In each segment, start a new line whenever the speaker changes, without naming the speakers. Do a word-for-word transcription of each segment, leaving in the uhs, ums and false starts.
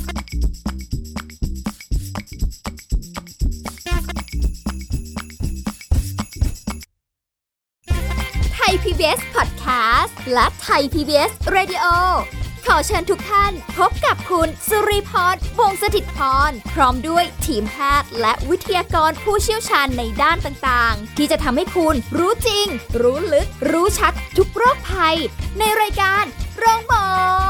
ไทย พี บี เอส Podcast และไทย พี บี เอส Radio ขอเชิญทุกท่านพบกับคุณสุริพร วงศ์สถิตพรพร้อมด้วยทีมแพทย์และวิทยากรผู้เชี่ยวชาญในด้านต่างๆที่จะทำให้คุณรู้จริงรู้ลึกรู้ชัดทุกโรคภัยในรายการโรงหมอ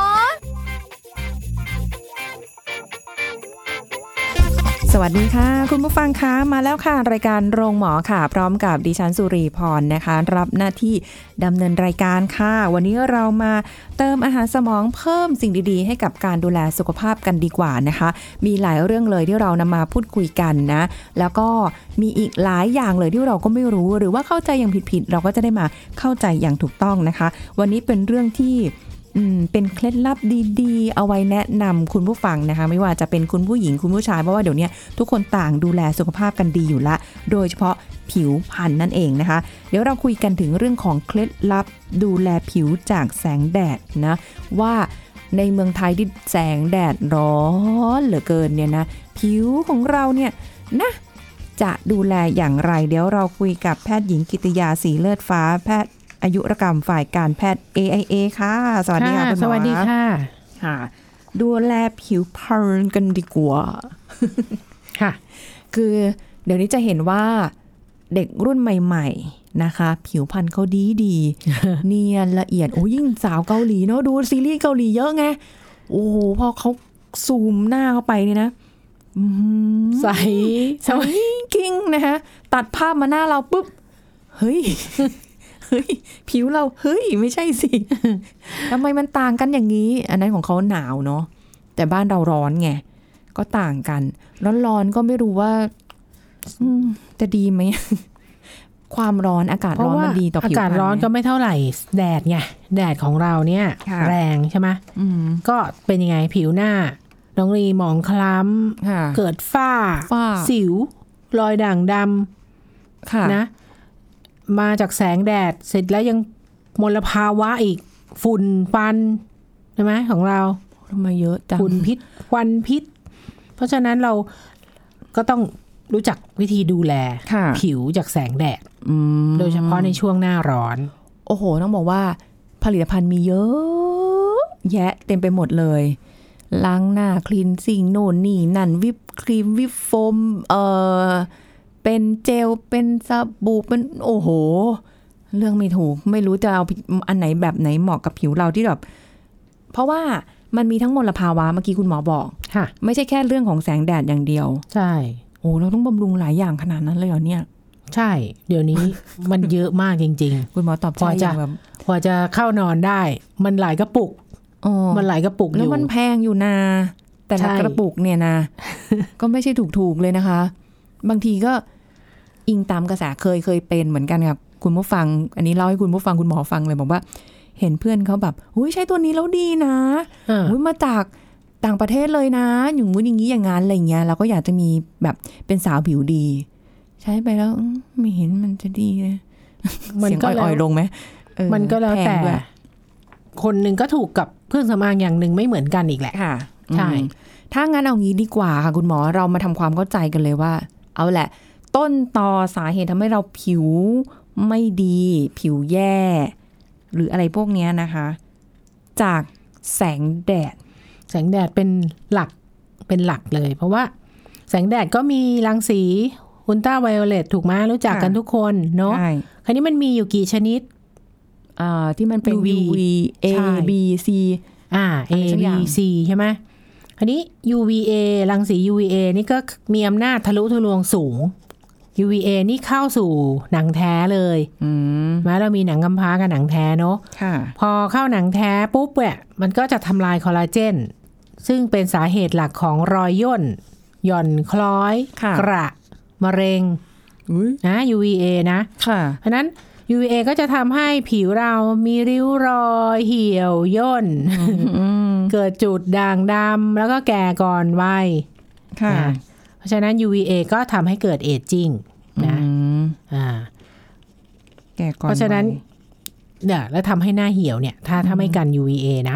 สวัสดีค่ะคุณผู้ฟังคะมาแล้วค่ะรายการโรงหมอค่ะพร้อมกับดิฉันสุรีพรนะคะรับหน้าที่ดำเนินรายการค่ะวันนี้เรามาเติมอาหารสมองเพิ่มสิ่งดีๆให้กับการดูแลสุขภาพกันดีกว่านะคะมีหลายเรื่องเลยที่เรานำมาพูดคุยกันนะแล้วก็มีอีกหลายอย่างเลยที่เราก็ไม่รู้หรือว่าเข้าใจอย่างผิดๆเราก็จะได้มาเข้าใจอย่างถูกต้องนะคะวันนี้เป็นเรื่องที่อืมเป็นเคล็ดลับดีๆเอาไว้แนะนำคุณผู้ฟังนะคะไม่ว่าจะเป็นคุณผู้หญิงคุณผู้ชายเพราะว่าเดี๋ยวนี้ทุกคนต่างดูแลสุขภาพกันดีอยู่ละโดยเฉพาะผิวพรรณนั่นเองนะคะเดี๋ยวเราคุยกันถึงเรื่องของเคล็ดลับดูแลผิวจากแสงแดดนะว่าในเมืองไทยที่แสงแดดร้อนเหลือเกินเนี่ยนะผิวของเราเนี่ยนะจะดูแลอย่างไรเดี๋ยวเราคุยกับแพทย์หญิงกิติยาสีเลือดฟ้าแพทย์อายุรกรรมฝ่ายการแพทย์ เอ ไอ เอ ค่ะสวัสดีค่ะคุณหมอ
สวัสดีค่ะ
ค่ะดูแลผิวพรรณกันดีกว่า
ค่ะ
คือเดี๋ยวนี้จะเห็นว่าเด็กรุ่นใหม่ๆนะคะผิวพรรณเขาดีดีเนียนละเอียดโอ้ยิ่งสาวเกาหลีเนาะดูซีรีส์เกาหลีเยอะไงโอ้พอเขาซูมหน้าเข้าไปเนี่ยนะ
ใส
ใสกิ้งนะคะตัดภาพมาหน้าเราปุ๊บเฮ้ยเฮ้ยผิวเราเฮ้ยไม่ใช่สิทำไมมันต่างกันอย่างนี้อันนั้นของเขาหนาวเนาะแต่บ้านเราร้อนไงก็ต่างกันร้อนๆก็ไม่รู้ว่าจะดีไหมความร้อนอากาศร้อนมันดีต่อผิวพรรณ
อากาศร้อนก็ไม่เท่าไหร่แดดไงแดดของเราเนี่ยแรงใช่ไหมก็เป็นยังไงผิวหน้าน้องรีหมองคล้ำเกิดฝ้าสิวรอยด่างดำนะมาจากแสงแดดเสร็จแล้วยังมลภาวะอีกฝุ่นฟันใช่ไหมของเรา
ทำไมเยอะจัง
ฝุ่นพิษควันพิษเพราะฉะนั้นเราก็ต้องรู้จักวิธีดูแลผิวจากแสงแดดโดยเฉพาะในช่วงหน้าร้อน
โอ้โหต้องบอกว่าผลิตภัณฑ์มีเยอะแยะเต็มไปหมดเลยล้างหน้าคลีนซิ่งโน่นนี่นั่นวิปครีมวิปโฟมเอ่อเป็นเจลเป็นสบู่เป็นโอ้โหเรื่องไม่ถูกไม่รู้จะเอาอันไหนแบบไหนเหมาะกับผิวเราที่แบบเพราะว่ามันมีทั้งมลภาวะเมื่อกี้คุณหมอบอก
ค่ะ
ไม่ใช่แค่เรื่องของแสงแดดอย่างเดียว
ใช่
โอ้เราต้องบำรุงหลายอย่างขนาดนั้นเลยเหรอเนี่ย
ใช่เดี๋ยวนี้ มันเยอะมากจริงๆ
คุณหมอตอบใช่
แบบพอจะเข้านอนได้มันหลายกระปุกมันหลายกระปุกอยู่
แล้วมันแพงอยู่นะแต่ละกระปุกเนี่ยนะ ก็ไม่ใช่ถูกๆเลยนะคะบางทีก็อิงตามกระแสเคยเคยเป็นเหมือนกันครับคุณผู้ฟังอันนี้เล่าให้คุณผู้ฟังคุณหมอฟังเลยบอกว่าเห็นเพื่อนเขาแบบอุ้ยใช้ตัวนี้แล้วดีนะอุ้ยมาจากต่างประเทศเลยนะอย่างงู้นอย่างนี้อย่างงั้นอะไรเงี้ยเราก็อยากจะมีแบบเป็นสาวผิวดีใช้ไปแล้วไม่เห็นมันจะดีเลยมันก็อ่อยลงไหม
มันก็แล้วแต่คนหนึ่งก็ถูกกับเครื่องสำอางอย่างหนึ่งไม่เหมือนกันอีกแหละ
ค่ะ
ใช่
ถ้างั้นเอางี้ดีกว่าค่ะคุณหมอเรามาทำความเข้าใจกันเลยว่าเอาแหละต้นตอสาเหตุทำให้เราผิวไม่ดีผิวแย่หรืออะไรพวกนี้นะคะจากแสงแดด
แสงแดดเป็นหลักเป็นหลักเลยเพราะว่าแสงแดดก็มีรังสีอุลตราไวโอเลตถูกไหมรู้จักกันทุกคนเนาะคราวนี้มันมีอยู่กี่ชนิด
อ่าที่มันเป็น ยู วี เอ B C
อ่า A B C ใช่ไหมคราวนี้ ยู วี เอ รังสี ยู วี เอ นี่ก็มีอำนาจทะลุทะลวงสูง ยู วี เอ นี่เข้าสู่หนังแท้เลยแม้เรามีหนังกำพร้ากับหนังแท้เนาะพอเข้าหนังแท้ปุ๊บเนี่ยมันก็จะทำลายคอลลาเจนซึ่งเป็นสาเหตุหลักของรอยย่นหย่อนคล้อยกระมะเร็งนะ ยู วี เอ นะเพราะนั้น ยู วี เอ ก็จะทำให้ผิวเรามีริ้วรอยเหี่ยวย่น เกิดจุดด่างดำแล้วก็แก่ก่อนวัยเพราะฉะนั้น ยู วี เอ ก็ทำให้เกิดเอจจิ้งนะอ่า
แก่ก่อน
เพราะฉะนั้นเนี่ยแล้วทำให้หน้าเหี่ยวเนี่ยถ้าถ้าไม่กัน ยู วี เอ นะ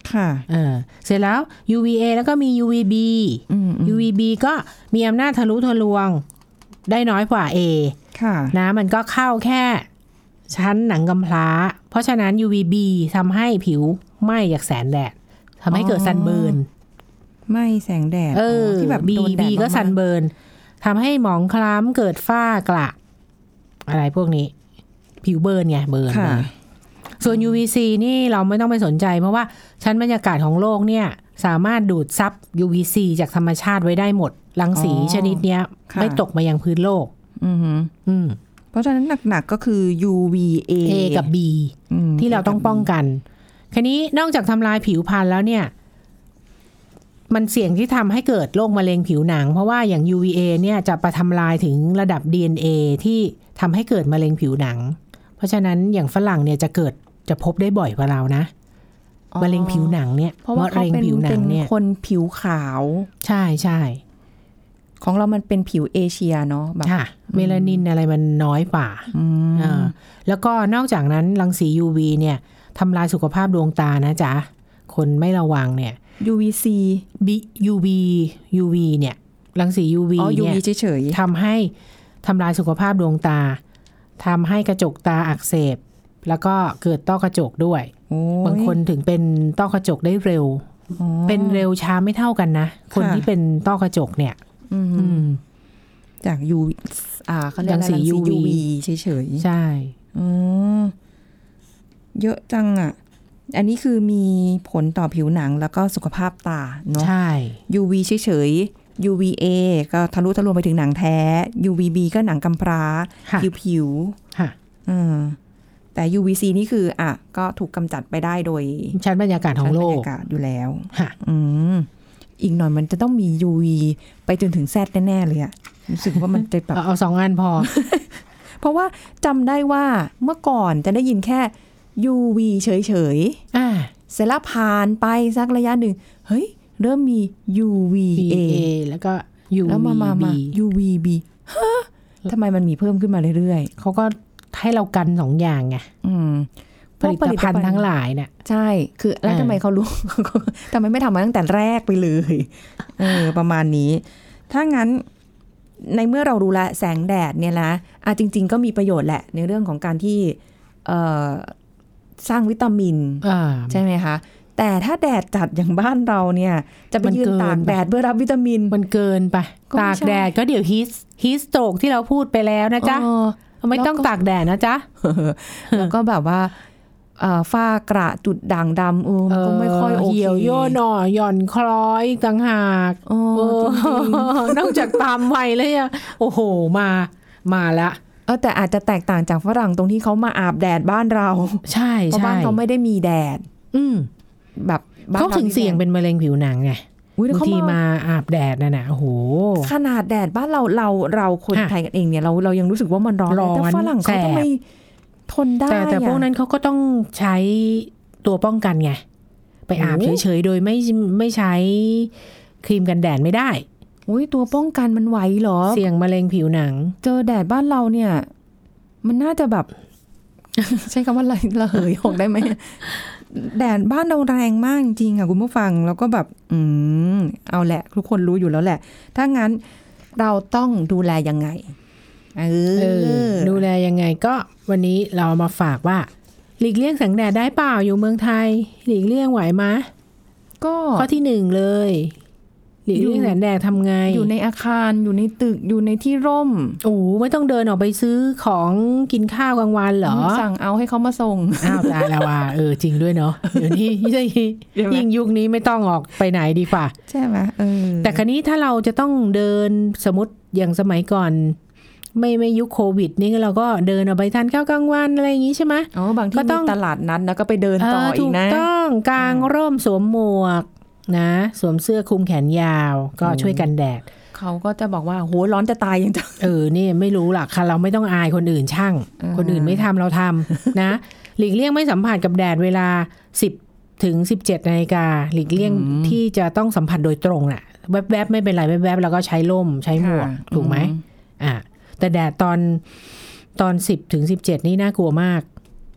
ค่ะ
เออเสร็จแล้ว ยู วี เอ แล้วก็มี ยู วี บี
อืม
ยู วี บี ก็มีอำนาจทะลุทะลวงได้น้อยกว่า A
ค่ะ
นะมันก็เข้าแค่ชั้นหนังกำพร้าเพราะฉะนั้น ยู วี บี ทำให้ผิวไหม้จากแสงแดดทำให้เกิดซันเบิร์น
ไหม้แสงแดด
เออ
ที่แบบ
B
โดนแดด
B ก็ซันเบิร์นทำให้หมองคล้ำเกิดฝ้ากระอะไรพวกนี้ผิวเบิร์นไงเบิร์นส่วน ยู วี ซี นี่เราไม่ต้องไปสนใจเพราะว่าชั้นบรรยากาศของโลกเนี่ยสามารถดูดซับ ยู วี ซี จากธรรมชาติไว้ได้หมดรังสีชนิดเนี้ยไม่ตกมายังพื้นโลก
อืออืมเพราะฉะนั้นหนักๆก็คือ ยู วี เอ
A กับ B ที่เราต้องป้องกันคราวนี้นอกจากทำลายผิวพรรณแล้วเนี่ยมันเสี่ยงที่ทำให้เกิดโรคมะเร็งผิวหนังเพราะว่าอย่าง ยู วี เอ เนี่ยจะไปทำลายถึงระดับ ดี เอ็น เอ ที่ทำให้เกิดมะเร็งผิวหนังเพราะฉะนั้นอย่างฝรั่งเนี่ยจะเกิดจะพบได้บ่อยกว่าเรานะมะเร็งผิวหนังเนี่ย
เพราะว่าเขาเป็นเป็นคนผิวขาว
ใช่ใช่
ของเรามันเป็นผิวเอเชียเนาะแบบ
เมลานินอะไรมันน้อยกว่าอ่าแล้วก็นอกจากนั้นรังสี ยู วี เนี่ยทำลายสุขภาพดวงตานะจ๊ะคนไม่ระวังเนี่ย
ยู วี ซี
ยู วี ยู วี เนี่ยรังสี ยู วี เนี่ยทำให้ทำลายสุขภาพดวงตาทำให้กระจกตาอักเสบแล้วก็เกิดต้อกระจกด้วยบางคนถึงเป็นต้อกระจกได้เร็วเป็นเร็วช้าไม่เท่ากันนะคนที่เป็นต้อกระจกเนี่ย
จากยูอ่าเขาเรียกรังสี ยู วี เฉย
ๆใช่
อ๋อเยอะจังอ่ะอันนี้คือมีผลต่อผิวหนังแล้วก็สุขภาพตาเนาะ
ใช่
ยู วี เฉยๆ ยู วี เอ ก็ทะลุทะลวงไปถึงหนังแท้ ยู วี บี ก็หนังกำพร้าผิวๆค่ะอืมแต่ ยู วี ซี นี่คืออ่ะก็ถูกกำจัดไปได้โดย
ชั้นบรรยากาศของโลก
บรรยากาศอยู่แล้วค่ะอืมอีกหน่อยมันจะต้องมี ยู วี ไปจนถึง Z แน่ๆเลยอะรู้สึกว่ามันจะแบบ
เอาสองอันพอ
เพราะว่าจำได้ว่าเมื่อก่อนจะได้ยินแค่ ยู วี เฉยๆอ่าเสร็จแล้วผ่านไปสักระยะหนึ่งเฮ้ยเริ่มมี ยู วี เอ
แล้วก็ ยู วี บี
แล้วมามามา ยู วี บี ฮะทำไมมันมีเพิ่มขึ้นมาเรื่อย
ๆเขาก็ให้เรากันสองอย่างไงผลิตภัณฑ์ทั้งหลายเนี่ย
ใช่คือแล้วทำไมเขารู้ ทำไมไม่ทำมาตั้งแต่แรกไปเลยเออประมาณนี้ถ้างั้นในเมื่อเรารู้ละแสงแดดเนี่ยนะอ่ะจริงๆก็มีประโยชน์แหละในเรื่องของการที่เอ่อสร้างวิตามินใช่ไหมคะแต่ถ้าแดดจัดอย่างบ้านเราเนี่ยจะไปยืนตากแดดเพื่อรับวิตามิน
มันเกินไปตากแดดก็เดี๋ยวฮีทฮีทสโตรกที่เราพูดไปแล้วนะจ๊ะไม่ต้องตากแดดนะจ๊ะ
แล้วก็แบบว่าฝ้ากระจุดด่างดำเออก็ไม่ค่อยโอเค
เหี่ยวย่นหน่อหย่อนคล้อยต่างหากนอกจากตามวัยเลยอ่ะโอ้โหมามาละ
เออแต่อาจจะแตกต่างจากฝรั่งตรงที่เขามาอาบแดดบ้านเรา
ใช่
เพราะบ้านเขาไม่ได้มีแดด
อืมแบบเขาถึงเสี่ยงเป็นมะเร็งผิวหนังไงบางทีมาอาบแดดน่ะนะโอ้โห
ขนาดแดดบ้านเราเราเราคนไทยกันเองเนี่ยเราเรายังรู้สึกว่ามันร้อนแต่ฝรั่งเขาทำไมทนได้
แต่แต่พวกนั้นเขาก็ต้องใช้ตัวป้องกันไงไปอาบเฉยๆโดยไม่ไม่ใช้ครีมกันแดดไม่ได้
โอ้ยตัวป้องกันมันไหวเหรอ
เสี่ยงมะเร็งผิวหนัง
เจอแดดบ้านเราเนี่ยมันน่าจะแบบ ใช้คำว่าระเหยออกได้ไหมแดดบ้านเราแรงมากจริงๆค่ะคุณผู้ฟังแล้วก็แบบอืมเอาแหละทุกคนรู้อยู่แล้วแหละถ้างั้นเราต้องดูแลยังไงเอ
อดูแลยังไงก็วันนี้เรามาฝากว่าหลีกเลี่ยงแสงแดดได้เปล่าอยู่เมืองไทยหลีกเลี่ยงไหวไหมก็ข้อที่หนึ่งเลยหลีกเลี่ยงแสงแดดทำไง
อยู่ในอาคารอยู่ในตึกอยู่ในที่ร่ม
โอ้ไม่ต้องเดินออกไปซื้อของกินข้าวกลางวันเหรอ
สั่งเอาให้เขามาส่ง
อ้าวตายแล้วว่าเออจริงด้วยเนาะเดี๋ยวนี้ยิ่งยุคนี้ไม่ต้องออกไปไหนดีกว่า
ใช่ไหมเออ
แต่คราวนี้ถ้าเราจะต้องเดินสมมติอย่างสมัยก่อนไม่ไม่ยุคโควิดนี่เราก็เดินออกไปทานข้าวกลางวันอะไรอย่างงี้ใช่ไหม
อ๋อบางที่มีตลาดนัดแล้วก็ไปเดินต่ออีกนะ
ถูกต้องกางร่มสวมหมวกนะสวมเสื้อคลุมแขนยาวก็ช่วยกันแดด
เขาก็จะบอกว่าโหร้อนจะตายยังจะ
เออนี่ไม่รู้หลักค่ะเราไม่ต้องอายคนอื่นช่างคนอื่นไม่ทำเราทำนะหลีกเลี่ยงไม่สัมผัสกับแดดเวลาสิบถึงสิบเจ็ดนาฬิกาหลีกเลี่ยงที่จะต้องสัมผัสโดยตรงน่ะแวบๆไม่เป็นไรแวบๆแล้วก็ใช้ร่มใช้หมวกถูกไหมอ่ะแต่แดดตอนตอนสิบถึงสิบเจ็ดนี่น่ากลัวมาก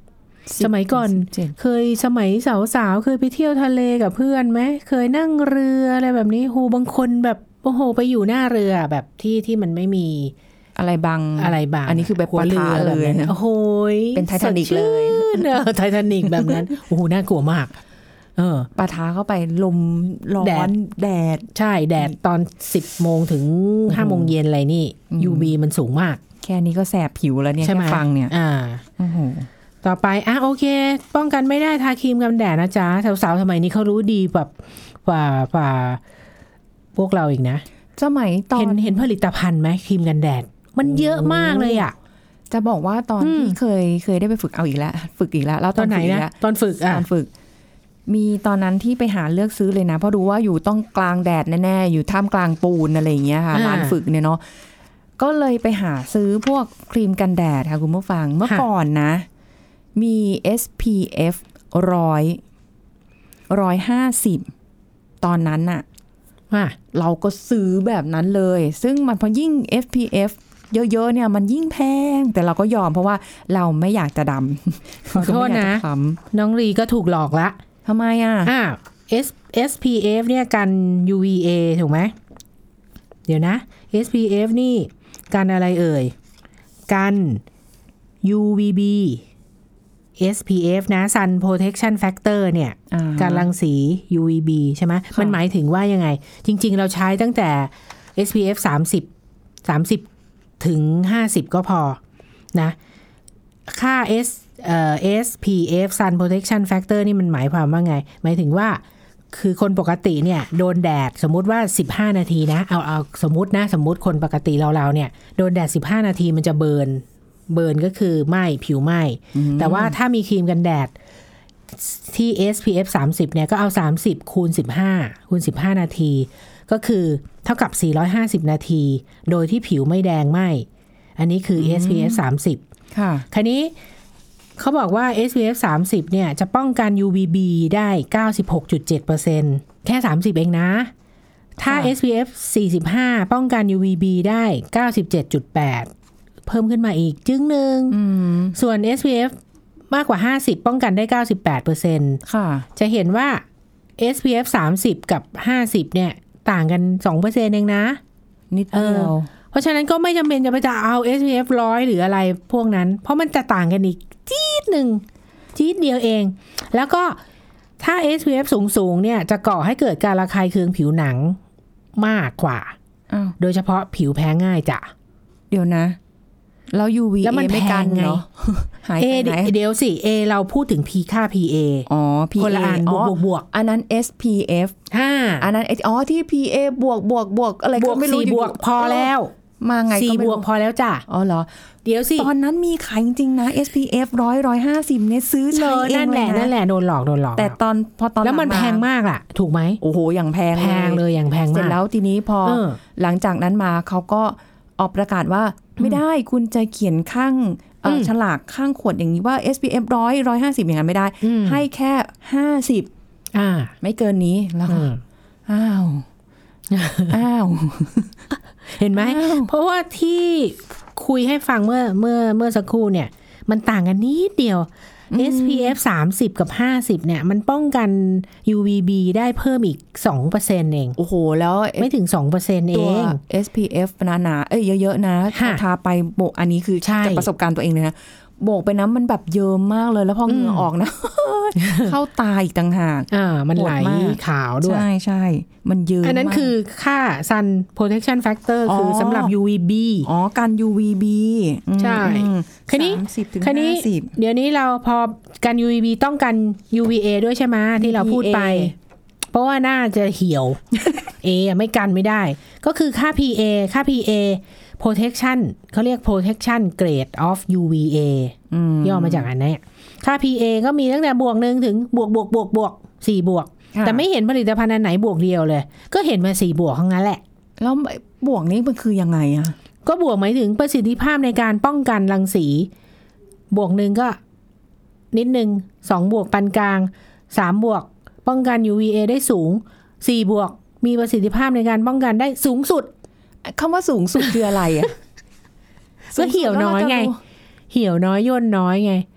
สมัยก่อนเคยสมัยสาวๆเคยไปเที่ยวทะเลกับเพื่อนไหมเคยนั่งเรืออะไรแบบนี้โหบางคนแบบโอ้โหไปอยู่หน้าเรือแบบที่ที่มันไม่มี
อะไรบาง
อะไรบาง
อันนี้คือแบบปะทะเลย
โอ้โห
เป็นไททานิกเลย
เออไททานิกแบบนั้นโอ้โหน่ากลัวมากเออ
ปะทะเข้าไปลมร้อนแดด
ใช่แดดตอนสิบโมงถึงห้าโมงเย็นอะไรนี่ ยู วี มันสูงมาก
แค่นี้ก็แสบผิวแล้วเนี่ยแค่ฟังเนี่ย
อ่าโอ้โหต่อไปอ่ะโอเคป้องกันไม่ได้ทาครีมกันแดดนะจ๊ะสาวๆสมัยนี้เขารู้ดีแบบกว่ากว่าพวกเราอีกนะ
สมัยตอน
เห็นเห็นผลิตภัณฑ์ไหมครีมกันแดดมันเยอะมากเลยอ่ะ
จะบอกว่าตอนที่เคยเคยได้ไปฝึกเอาอีกแล้วฝึกอีกแล้วแล้ว
ตอนไหนนะตอนฝึกอ่ะ
ตอนฝึกมีตอนนั้นที่ไปหาเลือกซื้อเลยนะเพราะรู้ว่าอยู่ต้องกลางแดดแน่ๆอยู่ท่ามกลางปูนอะไรอย่างเงี้ยค่ะร้านฝึกเนี่ยเนาะก็เลยไปหาซื้อพวกครีมกันแดดค่ะคุณผู้ฟังเมื่อก่อนนะมี เอส พี เอฟ ร้อย ร้อยห้าสิบตอนนั้นน่ะเราก็ซื้อแบบนั้นเลยซึ่งมันพอยิ่ง เอส พี เอฟ เยอะๆเนี่ยมันยิ่งแพงแต่เราก็ยอมเพราะว่าเราไม่อยากจะด
ำขอโทษนะน้องรีก็ถูกหลอกละ
ทำไมอ่ะ
อ่า S เอส พี เอฟ เนี่ยกัน ยู วี เอ ถูกไหมเดี๋ยวนะ เอส พี เอฟ นี่กันอะไรเอ่ยกัน ยู วี บี เอส พี เอฟ นะ Sun Protection Factor เนี่ยการรังสี ยู วี บี ใช่ไหมมันหมายถึงว่ายังไงจริงๆเราใช้ตั้งแต่ เอส พี เอฟ สามสิบ สามสิบถึงห้าสิบก็พอนะค่า S เอ่อ เอส พี เอฟ Sun Protection Factor นี่มันหมายความว่าไงหมายถึงว่าคือคนปกติเนี่ยโดนแดดสมมุติว่าสิบห้านาทีนะเอาเอาสมมุตินะสมมุติคนปกติเราๆเนี่ยโดนแดดสิบห้านาทีมันจะเบิร์นเบิร์นก็คือไหม้ผิวไหม้แต่ว่าถ้ามีครีมกันแดดที่ เอส พี เอฟ สามสิบเนี่ยก็เอาสามสิบคูณสิบห้าคูณสิบห้านาทีก็คือเท่ากับสี่ร้อยห้าสิบนาทีโดยที่ผิวไม่แดงไหม้อันนี้คือ เอส พี เอฟ สามสิบค่ะคราวนี้เขาบอกว่า เอส พี เอฟ สามสิบเนี่ยจะป้องกัน ยู วี บี ได้ เก้าสิบหกจุดเจ็ดเปอร์เซ็นต์ แค่สามสิบเองนะถ้า เอส พี เอฟ สี่สิบห้าป้องกัน ยู วี บี ได้ เก้าสิบเจ็ดจุดแปด เพิ่มขึ้นมาอีกจึงหนึ่งส่วน เอส พี เอฟ มากกว่าห้าสิบป้องกันได้ เก้าสิบแปดเปอร์เซ็นต์ ค่ะจะเห็นว่า เอส พี เอฟ สามสิบกับห้าสิบเนี่ยต่างกัน สองเปอร์เซ็นต์ เองนะ
นิดเดียว
เพราะฉะนั้นก็ไม่จำเป็นจะไปจะเอา เอส พี เอฟ หนึ่งร้อยหรืออะไรพวกนั้นเพราะมันจะต่างกันอีกจี๊ดหนึ่งจี๊ดเดียวเองแล้วก็ถ้า เอส พี เอฟ สูงๆเนี่ยจะก่อให้เกิดการระคายเคืองผิวหนังมากกว่าโดยเฉพาะผิวแพ้ง่ายจ้ะ
เดี๋ยวนะแล้ว ยู วี เอ
แล้วมันไม่กันไงเอเดี๋ยวสิ A เราพูดถึง P ค่า พี เอ
อ๋อ พี เอ
คนละอันบวกบวก
อันนั้น เอส พี เอฟ
อ่า
อันนั้นอ๋อที่ พี เอ บวกบวกบวกอะไรก็ไม่รู้
บวกพอแล้ว
มาไง
สี่บวกพอแล้วจ้ะ
อ๋อเหรอ
เดี๋ยวสิ
ตอนนั้นมีขายจริงๆนะ เอส พี เอฟ หนึ่งร้อย หนึ่งร้อยห้าสิบเนี่ยซื้อใช้เองเลยนะ
นั่นแหละนั่นแหละโดนหลอกโดนหลอก
แต่ตอนพอตอน
แล้วมันแพงมากอ่ะถูกไหม
โอ้โหอย่างแพง
แพงเลยอย่างแพงมาก
เสร็จแล้วทีนี้พอหลังจากนั้นมาเขาก็ออกประกาศว่าไม่ได้คุณจะเขียนข้างฉลากข้างขวดอย่างนี้ว่า เอส พี เอฟ หนึ่งร้อย หนึ่งร้อยห้าสิบอย่างนั้นไม่ได้ให้แค่ห้าสิบ
อ่า
ไม่เกินนี้แล้วอ้าวอ้าว
เห็นไหมเพราะว่าที่คุยให้ฟังเมื่อเมื่อเมื่อสักครู่เนี่ยมันต่างกันนิดเดียว เอส พี เอฟ สามสิบกับห้าสิบเนี่ยมันป้องกัน ยู วี บี ได้เพิ่มอีก สองเปอร์เซ็นต์ เอง
โอ้โหแล้ว
ไม่ถึง สองเปอร์เซ็นต์ เอง
เอส พี เอฟ หนาๆเอ้ยเยอะๆนะทาไปโบกอันนี้คือจากประสบการณ์ตัวเองเลยนะโบกไปน้ำมันแบบเยิ้มมากเลยแล้วพอเหงื่อออกนะเข้าตาอีกต่างหาก
อ่ามันไหลขาวด้วย
ใช่ใช่มันเยิ้ม
อันนั้นคือค่า Sun Protection Factor คือสำหรับ ยู วี บี
อ๋อกัน ยู วี บี
ใช่คันนี้คันนี้เดี๋ยวนี้เราพอกัน ยู วี บี ต้องกัน ยู วี เอ ด้วยใช่ไหมที่เราพูดไปเพราะว่าน่าจะเหี่ยว A ไม่กันไม่ได้ก็คือค่า พี เอ ค่า พี เอprotection เขาเรียก protection grade of ยู วี เอ ย่อมาจากอันนี้ค่า พี เอ ก็มีตั้งแต่บวกหนึ่งถึงบวกบวกบวกบวกสี่บวกแต่ไม่เห็นผลิตภัณฑ์อันไหนบวกเดียวเลยก็เห็นมาสี่บวกทั้งนั้นแหละ
แล้วบวกนี้มันคือยังไงอะ
ก็บวกหมายถึงประสิทธิภาพในการป้องกันรังสีบวกหนึ่งก็นิดนึงสองบวกปานกลางสามบวกป้องกัน ยู วี เอ ได้สูงสี่บวกมีประสิทธิภาพในการป้องกันได้สูงสุด
คำว่าสูงสุดคืออะไรอ่ะ
ก็เหี่ยวน้อยไงเหี่ยวน้อยย่นน้อยไง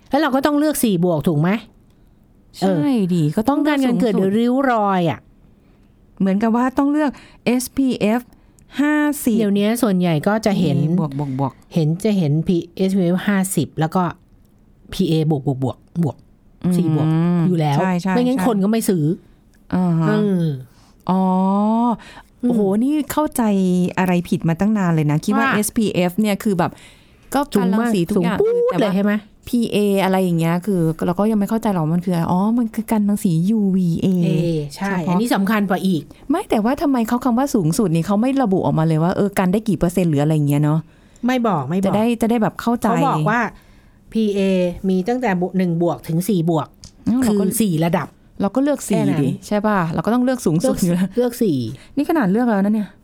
แล้วเราก็ต้องเลือกสี่บวกถูกไหม
ใช่ดีก็ต้อง
การเกิดริ้วรอยอ่ะ
เหมือนกับว่าต้องเลือก เอส พี เอฟ ห้าสิบ
เดี๋ยวนี้ส่วนใหญ่ก็จะเห็น
บวกบวกบวก
เห็นจะเห็น เอส พี เอฟ ห้าสิบแล้วก็ พี เอ บวกบวกบวกบวกสี่บวกอยู่แล้วไม่งั้นคนก็ไม่ซื้อ
อ๋อโอ้โหนี่เข้าใจอะไรผิดมาตั้งนานเลยนะคิดว่า เอส พี เอฟ เนี่ยคือแบบก็กันรังสีทุกอย่าง
แต่ว่าใช่ไหม
พี เอ อะไรอย่างเงี้ยคือเราก็ยังไม่เข้าใจหรอกมันคืออ๋อมันคือกันรังสี ยู วี เอ
ใช่อันนี้สำคัญกว่าอีก
ไม่แต่ว่าทำไมเขาคำว่าสูงสุดนี่เขาไม่ระบุออกมาเลยว่าเออกันได้กี่เปอร์เซ็นต์หรืออะไรเงี้ยเนาะ
ไม่บอกไม่บอก
จะได้จะได้แบบเข้าใจ
เขาบอกว่า พี เอ มีตั้งแต่หนึ่งบวกถึงสี่บวกคือสี่ระดับ
เราก็เลือกสี่ดิใช่ป่ะเราก็ต้องเลือกสูงสุดอยู่แล้ว
เลือกสี่
นี่ขนาดเลือกแล้วนะเนี่ย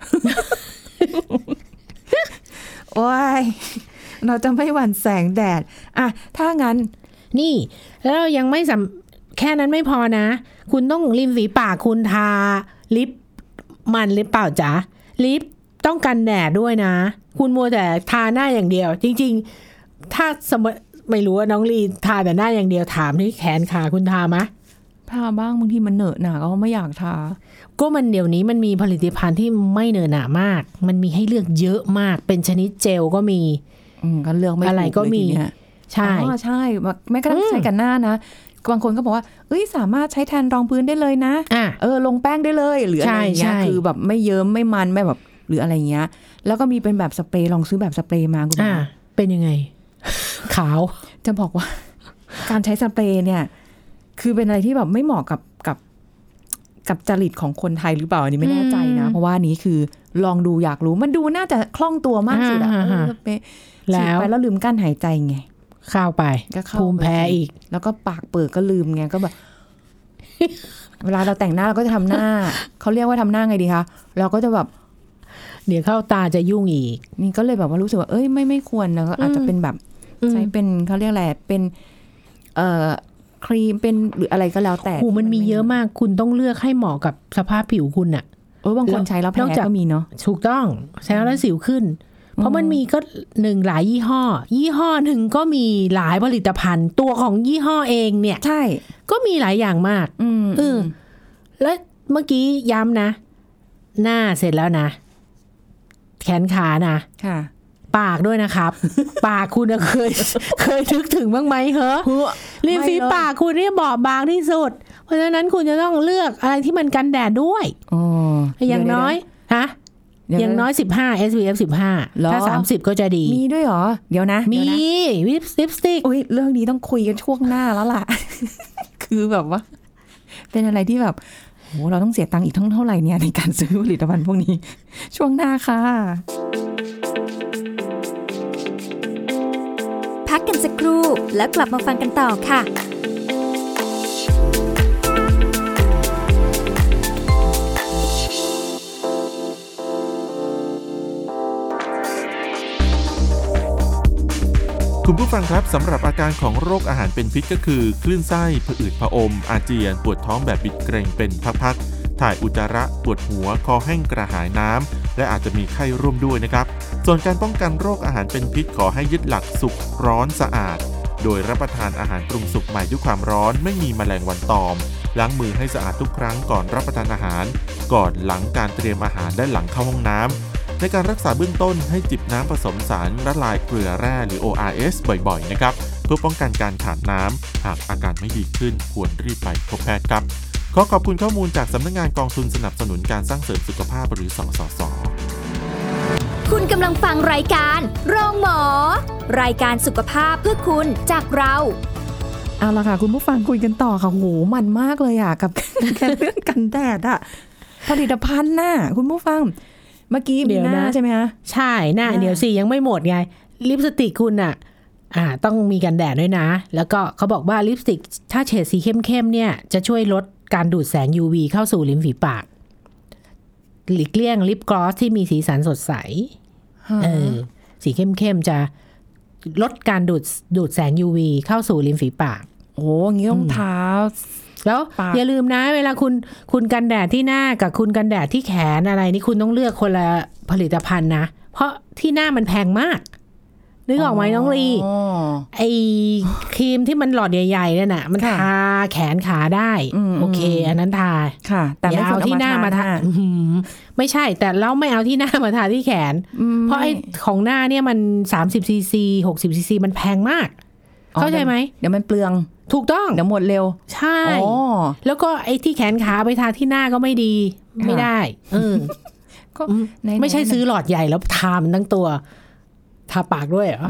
โอ้ยเราจะไม่หวั่นแสงแดดอ่ะถ้างั้น
นี่แล้วยังไม่สำแค่นั้นไม่พอนะคุณต้องริมฝีปากคุณทาลิปมันหรือเปล่าจ๊ะลิปต้องกันแดดด้วยนะคุณมัวแต่ทาหน้าอย่างเดียวจริงๆถ้าสมมติไม่รู้ว่าน้องลีทาแต่หน้าอย่างเดียวถามที่แขนขาคุณทาไหม
ทาบ้างบางทีมันเหนอะหนาก็ไม่อยากทา
ก็มันเดี๋ยวนี้มันมีผลิตภัณฑ์ที่ไม่เหนอะหนามากมันมีให้เลือกเยอะมากเป็นชนิดเจลก็มี
อืมก็เลือกไม่ถูก
อะไรก็มีใช่
อ๋อใช่แม้กระทั่งใช้กันหน้านะบางคนก็บอกว่าเอ้ยสามารถใช้แทนรองพื้นได้เลยนะเออลงแป้งได้เลยหรืออะไรอย่างเงี้ยคือแบบไม่เยิ้มไม่มันไม่แบบหรืออะไรเงี้ยแล้วก็มีเป็นแบบสเปรย์ลองซื้อแบบสเปรย์มาคุณ
อ่าเป็นยังไงขาว
จะบอกว่าการใช้สเปรย์เนี่ยคือเป็นอะไรที่แบบไม่เหมาะกับกับกับจริตของคนไทยหรือเปล่าอันนี้ไม่แน่ใจนะเพราะว่านี้คือลองดูอยากรู้มันดูน่าจะคล่องตัวมากสุดอะแล้วไปแล้วลืมกั้นหายใจไง
เข้าไปก็ภูมิแพ้อีก
แล้วก็ปากเปิดก็ลืมไงก็แบบเวลาเราแต่งหน้าเราก็จะทำหน้าเขาเรียกว่าทำหน้าไงดีคะเราก็จะแบบ
เดี๋ยวเข้าตาจะยุ่งอีก
นี่ก็เลยแบบว่ารู้สึกว่าเอ้ยไม่ไม่ควรนะอาจจะเป็นแบบใช้เป็นเขาเรียกอะไรเป็นเอ่อครีมเป็นหรืออะไรก็แล้วแต่
โอ้มันมีเยอะมากคุณต้องเลือกให้เหมาะกับสภาพผิวคุณน่ะ
เออบางคนใช้แล้วแพ้ก็มีเนาะ
ถูกต้องใช้แล้วสิวขึ้นเพราะมันมีก็หนึ่งหลายยี่ห้อยี่ห้อหนึ่งก็มีหลายผลิตภัณฑ์ตัวของยี่ห้อเองเนี่ย
ใช่
ก็มีหลายอย่างมาก
อืม
เออแล้วเมื่อกี้ย้ำนะหน้าเสร็จแล้วนะแขนขานะ
ค่ะ
ปากด้วยนะครับ ปากคุณเคยเคยนึกถึงบ้างไหมเหรอริมฝีปากคุณเนี่ยบอบบางที่สุดเพราะฉะนั้นคุณจะต้องเลือกอะไรที่มันกันแดดด้วย
อ๋อ
อย่างน้อยฮะอย่างน้อยสิบห้า เอส พี เอฟ สิบห้าถ้าสามสิบก็จะดี
มีด้วยเหรอเดี๋ยวนะ
มีลิปสติก
อุ๊ยเรื่องนี้ต้องคุยกันช่วงหน้าแล้วล่ะ คือแบบว่าเป็นอะไรที่แบบโหเราต้องเสียตังค์อีกทั้งเท่าไหร่เนี่ยในการซื้อผลิตภัณฑ์พวกนี้ช่วงหน้าค่ะ
พักกันสักครู่แล้วกลับมาฟังกันต่อค่ะ
คุณผู้ฟังครับสำหรับอาการของโรคอาหารเป็นพิษก็คือคลื่นไส้ผะอืดผะอมอาเจียนปวดท้องแบบบิดเกร็งเป็นพักๆถ่ายอุจจาระปวดหัวคอแห้งกระหายน้ำและอาจจะมีไข้ร่วมด้วยนะครับส่วนการป้องกันโรคอาหารเป็นพิษขอให้ยึดหลักสุกร้อนสะอาดโดยรับประทานอาหารปรุงสุกใหม่ด้วยความร้อนไม่มีแมลงวันตอมล้างมือให้สะอาดทุกครั้งก่อนรับประทานอาหารก่อนหลังการเตรียมอาหารและหลังเข้าห้องน้ำในการรักษาเบื้องต้นให้จิบน้ำผสมสารละลายเกลือแร่หรือ โอ อาร์ เอส บ่อยๆนะครับเพื่อป้องกันการขาดน้ำหากอาการไม่ดีขึ้นควรรีบไปพบแพทย์ครับขอขอบคุณข้อมูลจากสำนักงานกองทุนสนับสนุนการสร้างเสริมสุขภาพหรือสสส.
คุณกำลังฟังรายการโรงหมอรายการสุขภาพเพื่อคุณจากเรา
เอาล่ะค่ะคุณผู้ฟังคุยกันต่อค่ะโหมันมากเลยอ่ะกับแค่เรื่องกันแดดอ่ะผลิตภัณฑ์น่ะคุณผู้ฟังเมื่อกี้มีหน้าใช่ไหมคะ
ใช่หน้าเดี๋ยวสิยังไม่หมดไงลิปสติกคุณอ่ะอ่าต้องมีกันแดดด้วยนะแล้วก็เขาบอกว่าลิปสติกถ้าเฉดสีเข้มๆเนี่ยจะช่วยลดการดูดแสง ยู วี เข้าสู่ริมฝีปากหลีกเลี่ยงลิปกลอสที่มีสีสันสดใสเออสีเข้มๆจะลดการดูดดูดแสง ยู วี เข้าสู่ริมฝีปาก
โอ้งี้ต้องทา
แล้วอย่าลืมนะเวลาคุณคุณกันแดดที่หน้ากับคุณกันแดดที่แขนอะไรนี่คุณต้องเลือกคนละผลิตภัณฑ์นะเพราะที่หน้ามันแพงมากนึกออกไหมน้องลีไอ้ครีมที่มันหลอดใหญ่ๆนั่นน่ะมันทาแขนขาได้โอเคอันนั้นทา
ค่ะแต่ไม่เอาที่หน้ามาทา
ไม่ใช่แต่เราไม่เอาที่หน้ามาทาที่แขนเพราะไอ้ของหน้าเนี่ยมันสามสิบซีซีหกสิบซีซีมันแพงมากเข้าใจไหม
เดี๋ยวมันเปลือง
ถูกต้อง
เดี๋ยวหมดเร็ว
ใช่แล้วก็ไอ้ที่แขนขาไปทาที่หน้าก็ไม่ดีไม่ได้เออก็ไม่ใช่ซื้อหลอดใหญ่แล้วทามันทั้งตัวทาปากด้วยเหรอ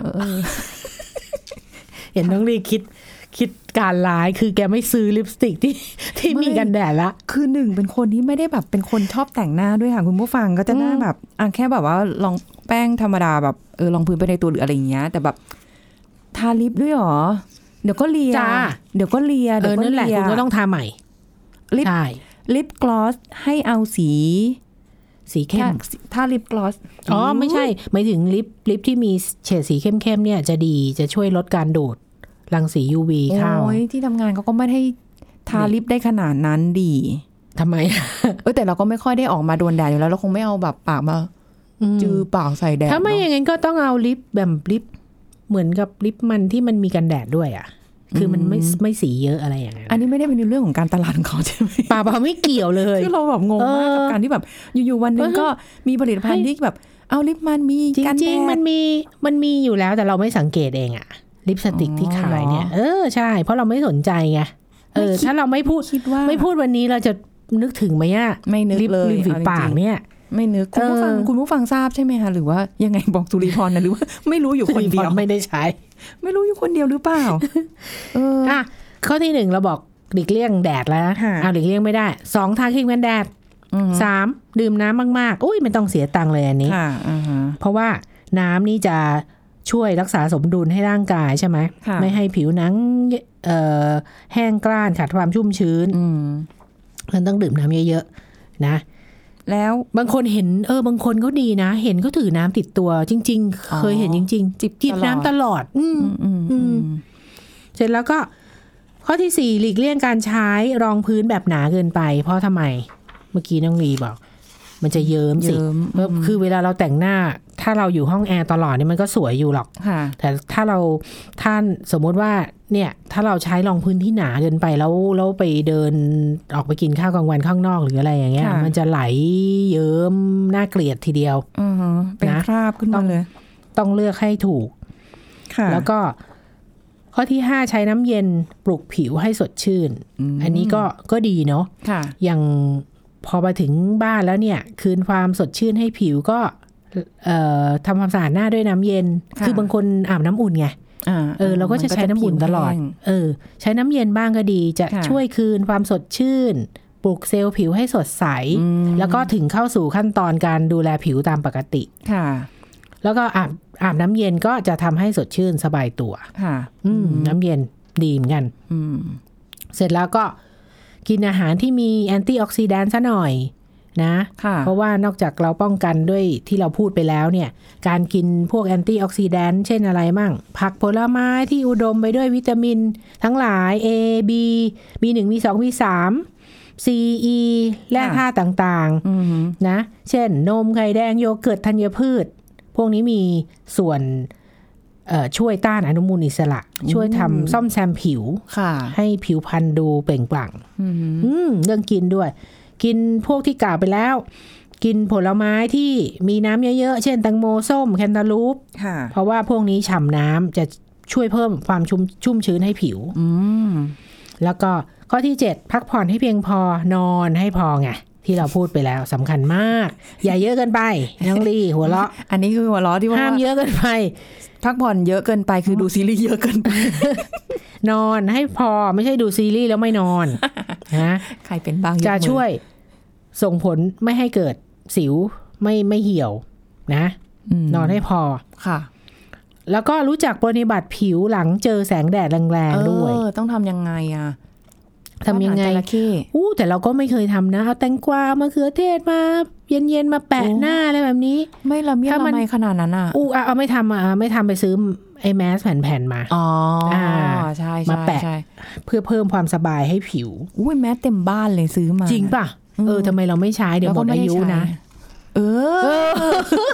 เห็นน้องลีคิดคิดการร้ายคือแกไม่ซื้อลิปสติกที่ที่มีกันแดดละ
คือหนึ่งเป็นคนที่ไม่ได้แบบเป็นคนชอบแต่งหน้าด้วยค่ะคุณผู้ฟังก็จะได้แบบอ่ะแค่แบบว่าลองแป้งธรรมดาแบบเออลองพื้นไปในตัวหรืออะไรอย่างเงี้ยแต่แบบทาลิปด้วยหรอเดี๋ยวก็เลียเดี๋ยวก็เลีย
เดี๋ยวก็เลียคุณก็ต้องทาใหม่
ลิปลิปกลอสให้เอาสี
สีเข้ม
ถ้าลิปกลอส
อ๋อไม่ใช่หมายถึงลิปลิปที่มีเฉดสีเข้มๆเนี่ยจะดีจะช่วยลดการดูดรังสี ยู วี เข้า
โอ้ยที่ทำงานเขาก็ไม่ได้ทาลิปได้ขนาดนั้นดี
ทำไม
เออแต่เราก็ไม่ค่อยได้ออกมาโดนแดดอยู่แล้วเราคงไม่เอาแบบปากมาจือปากใส่แดด
ถ้าไม่อย่างนั้นก็ต้องเอาลิปแบบลิปเหมือนกับลิปมันที่มันมีกันแดดด้วยอ่ะคือมันไม่ไม่สีเยอะอะไรอย่างเงี้ย
อันนี้ไม่ได้เป็นเรื่องของการตลาดของเขาใช่ไหม
ป่าเปล่าไม่เกี่ยวเลย
คือเราแบบงงมากกับการที่แบบอยู่ๆวันนึงก็มีผลิตภัณฑ์ที่แบบเอาลิปมันมีกันแดด
จริงๆมันมีมันมีอยู่แล้วแต่เราไม่สังเกตเองอะลิปสติกที่ขายเนี่ยเออใช่เพราะเราไม่สนใจไงเออถ้าเราไม่พูดไม่พูดวันนี้เราจะนึกถึงไหมอะ
ไม่นึกเลย
ริมฝีปากเนี่ย
ไม่นึกคุณผู้ฟังคุณผู้ฟังทราบใช่ไหมคะหรือว่ายังไงบอกสุริพรนะหรือว่าไม่รู้อยู่คนเดียว
ไม่ได้ใช้
ไม่รู้อยู่คนเดียวหรือเปล่า
เอออ่ะข้อที่หนึ่งเราบอกหลีกเลี่ยงแดดแล้วเอาหลีกเลี่ยงไม่ได้สองทาครีมกันแดดสามดื่มน้ำมากๆอุ้ยไม่ต้องเสียตังค์เลยอันนี้เพราะว่าน้ำนี่จะช่วยรักษาสมดุลให้ร่างกายใช่ไหมไม่ให้ผิวหนังเอ่อแห้งกร้านขาดความชุ่มชื้นมันต้องดื่มน้ำเยอะๆนะ
แล้ว
บางคนเห็นเออบางคนก็ดีนะเห็นก็ถือน้ำติดตัวจริงๆเคยเห็นจริงๆจิบจิบน้ำตลอดอืมอืมเสร็จแล้วก็ข้อที่สี่หลีกเลี่ยงการใช้รองพื้นแบบหนาเกินไปเพราะทำไมเมื่อกี้น้องลีบอกมันจะเยิ้มสิคือเวลาเราแต่งหน้าถ้าเราอยู่ห้องแอร์ตลอดนี่มันก็สวยอยู่หรอกแต่ถ้าเราท่านสมมติว่าเนี่ยถ้าเราใช้รองพื้นที่หนาเกินไปแล้วแล้วไปเดินออกไปกินข้าวกลางวันข้างนอกหรืออะไรอย่างเงี้ยมันจะไหลเยิ้มน่าเกลียดทีเดียว
เป็นคราบขึ้นมาเลย
ต้องเลือกให้ถูกแล้วก็ข้อที่ห้าใช้น้ำเย็นปลุกผิวให้สดชื่น อ, อันนี้ก็ก็ดีเนาะอย่างพอไปถึงบ้านแล้วเนี่ยคืนความสดชื่นให้ผิวก็ทำความสะอาดหน้าด้วยน้ำเย็นคือบางคนอาบน้ำอุ่นไงเออเราก็จะใช้น้ำอุ่นตลอดเออใช้น้ำเย็นบ้างก็ดีจะช่วยคืนความสดชื่นปลุกเซลล์ผิวให้สดใสแล้วก็ถึงเข้าสู่ขั้นตอนการดูแลผิวตามปกติแล้วก็อาบอาบน้ำเย็นก็จะทำให้สดชื่นสบายตัวน้ำเย็นดีเหมือนกันเสร็จแล้วก็กินอาหารที่มีแอนตี้ออกซิแดนต์ซะหน่อยนะเพราะว่านอกจากเราป้องกันด้วยที่เราพูดไปแล้วเนี่ยการกินพวกแอนตี้ออกซิแดนต์เช่นอะไรมั่งผักผลไม้ที่อุดมไปด้วยวิตามินทั้งหลาย A B บี หนึ่ง บี สอง บี สาม C E แร่ธาตุต่างๆนะเช่นนมไข่แดงโยเกิร์ตธัญพืชพวกนี้มีส่วนช่วยต้านอนุมูลอิสระช่วยทำซ่อมแซมผิวให้ผิวพรรณดูเปล่งปลั่งเรื่องกินด้วยกินพวกที่กล่าวไปแล้วกินผลไม้ที่มีน้ำเยอะๆเช่นแตงโมส้มแคนตาลูปเพราะว่าพวกนี้ฉ่ำน้ำจะช่วยเพิ่มความชุ่มชุ่มชื้นให้ผิวแล้วก็ข้อที่เจ็ดพักผ่อนให้เพียงพอนอนให้พอไงที่เราพูดไปแล้วสำคัญมากอย่าเยอะเกินไปน้องลีหัวเราะ
อันนี้คือหัวเราะที่ว่า
ห้ามเยอะเกินไป
พักผ่อนเยอะเกินไปคือดูซีรีส์เยอะเกินไป
นอนให้พอไม่ใช่ดูซีรีส์แล้วไม่นอนนะ
ใครเป็นบ้าง
จะช่วยส่งผลไม่ให้เกิดสิวไม่ไม่เหี่ยวนะนอนให้พอ
ค่ะ
แล้วก็รู้จักปฏิบัติผิวหลังเจอแสงแดดแรงๆด้วย
ต้องทำยังไงอ่ะ
ทำยังไงอู้แต่เราก็ไม่เคยทำนะเอาแตงกวามะเขือเทศมาเย็นๆมาแปะหน้าอะไรแบบนี้
ไม่ละเมียดละไมขนาดนั้นอ่ะ
อู้เอาไม่ทำอ่ะไม่ทำไปซื้อไอ้แมสแผ่นๆมา
อ๋อใช่
มาแปะเพื่อเพิ่มความสบายให้ผิว
อุ้ยแมสเต็มบ้านเลยซื้อมา
จริงป่ะเออทำไมเราไม่ใช้เดี๋ยวหมดอายุนะ
เออ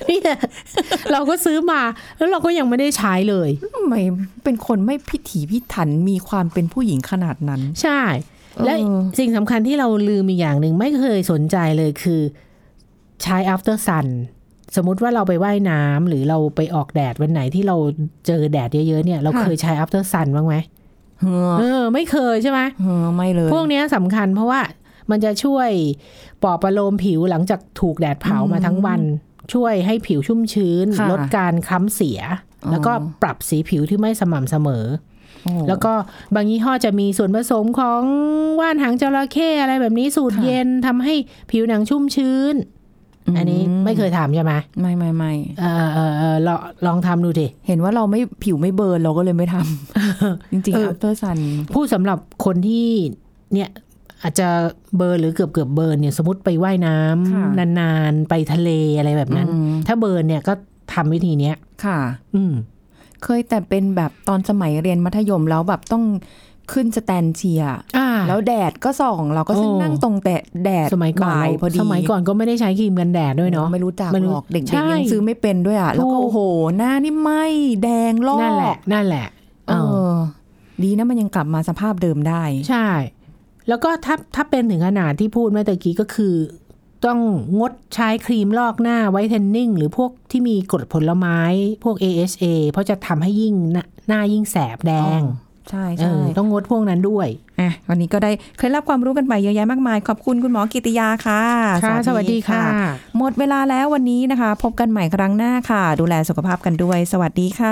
เนี่ยเราก็ซื้อมาแล้วเราก็ยังไม่ได้ใช้เลย
ทำไมเป็นคนไม่พิถีพิถันมีความเป็นผู้หญิงขนาดนั้น
ใช่และสิ่งสำคัญที่เราลืมอีกอย่างหนึ่งไม่เคยสนใจเลยคือใช้ after sun สมมุติว่าเราไปว่ายน้ำหรือเราไปออกแดดวันไหนที่เราเจอแดดเยอะๆเนี่ยเราเคยใช้ after sun บ้างไหมเออไม่เคยใช่ไหม
เออไม่เลย
พวกนี้สำคัญเพราะว่ามันจะช่วยปลอบประโลมผิวหลังจากถูกแดดเผามาทั้งวันช่วยให้ผิวชุ่มชื้นลดการคล้ำเสียแล้วก็ปรับสีผิวที่ไม่สม่ำเสมอแล้วก็บางยี่ห้อจะมีส่วนผสมของว่านหางจระเข้อะไรแบบนี้สูตรเย็นทำให้ผิวหนังชุ่มชื้นอันนี้ไม่เคยทำใช่ไหม
ไม่ไม่ไม่
เออเออเออลองลองทำดูดิ
เห็นว่าเราไม่ผิวไม่เบิร์นเราก็เลยไม่ทำ จริงๆ after sun
พูดสำหรับคนที่เนี่ยอาจจะเบิร์นหรือเกือบเกือบเบิร์นเนี่ยสมมติไปว่ายน้ำนานๆไปทะเลอะไรแบบนั้นถ้าเบิร์นเนี่ยก็ทำวิธีเนี้ย
ค่ะ
อืม
เคยแต่เป็นแบบตอนสมัยเรียนมัธยมแล้วแบบต้องขึ้นสแตนเชียร์แล้วแดดก็ส่องเราก็นั่งตรงแต่แดดบ่ายพอดี
สมัยก่อนก็ไม่ได้ใช้ครีมกันแดดด้วยเนาะ
ไม่รู้จักหรอกเด็กๆยังซื้อไม่เป็นด้วยอ่ะแล้วก็โอ้โหหน้านี่ไหม้แดงลอก
นั่นแหละนั่นแหละ
เออดีนะมันยังกลับมาสภาพเดิมได้
ใช่แล้วก็ถ้าถ้าเป็นถึงขนาดที่พูดเมื่อตะกี้ก็คือต้องงดใช้ครีมลอกหน้าไวท์เทนนิ่งหรือพวกที่มีกรดผลไม้พวก เอ เอช เอ เพราะจะทำให้ยิ่งหน้ายิ่งแสบแดง
ใช่ใช่
ต้องงดพวกนั้นด้วย
อ่ะวันนี้ก็ได้เคล็ดลับความรู้กันไปเยอะแยะมากมายขอบคุณคุณหมอกิติยาค่ะ
ค่ะสวัสดีค่ะ
หมดเวลาแล้ววันนี้นะคะพบกันใหม่ครั้งหน้าค่ะดูแลสุขภาพกันด้วยสวัสดีค่ะ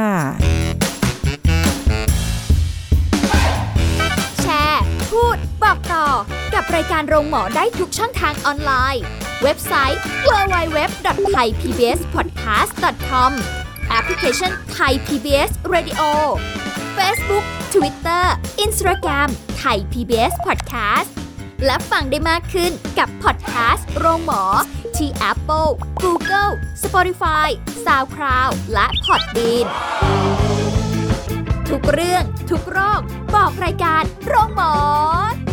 แชร์พูดบอกต่อกับรายการโรงหมอได้ทุกช่องทางออนไลน์เว็บไซต์ ดับเบิลยู ดับเบิลยู ดับเบิลยู ดอท ไทย พี บี เอส พอดแคสต์ ดอท คอม แอปพลิเคชัน Thai พี บี เอส Radio Facebook Twitter Instagram Thai พี บี เอส Podcast และฟังได้มากขึ้นกับ Podcast โรงหมอที่ Apple, Google, Spotify, SoundCloud และ Podbean ทุกเรื่องทุกโรคบอกรายการโรงหมอ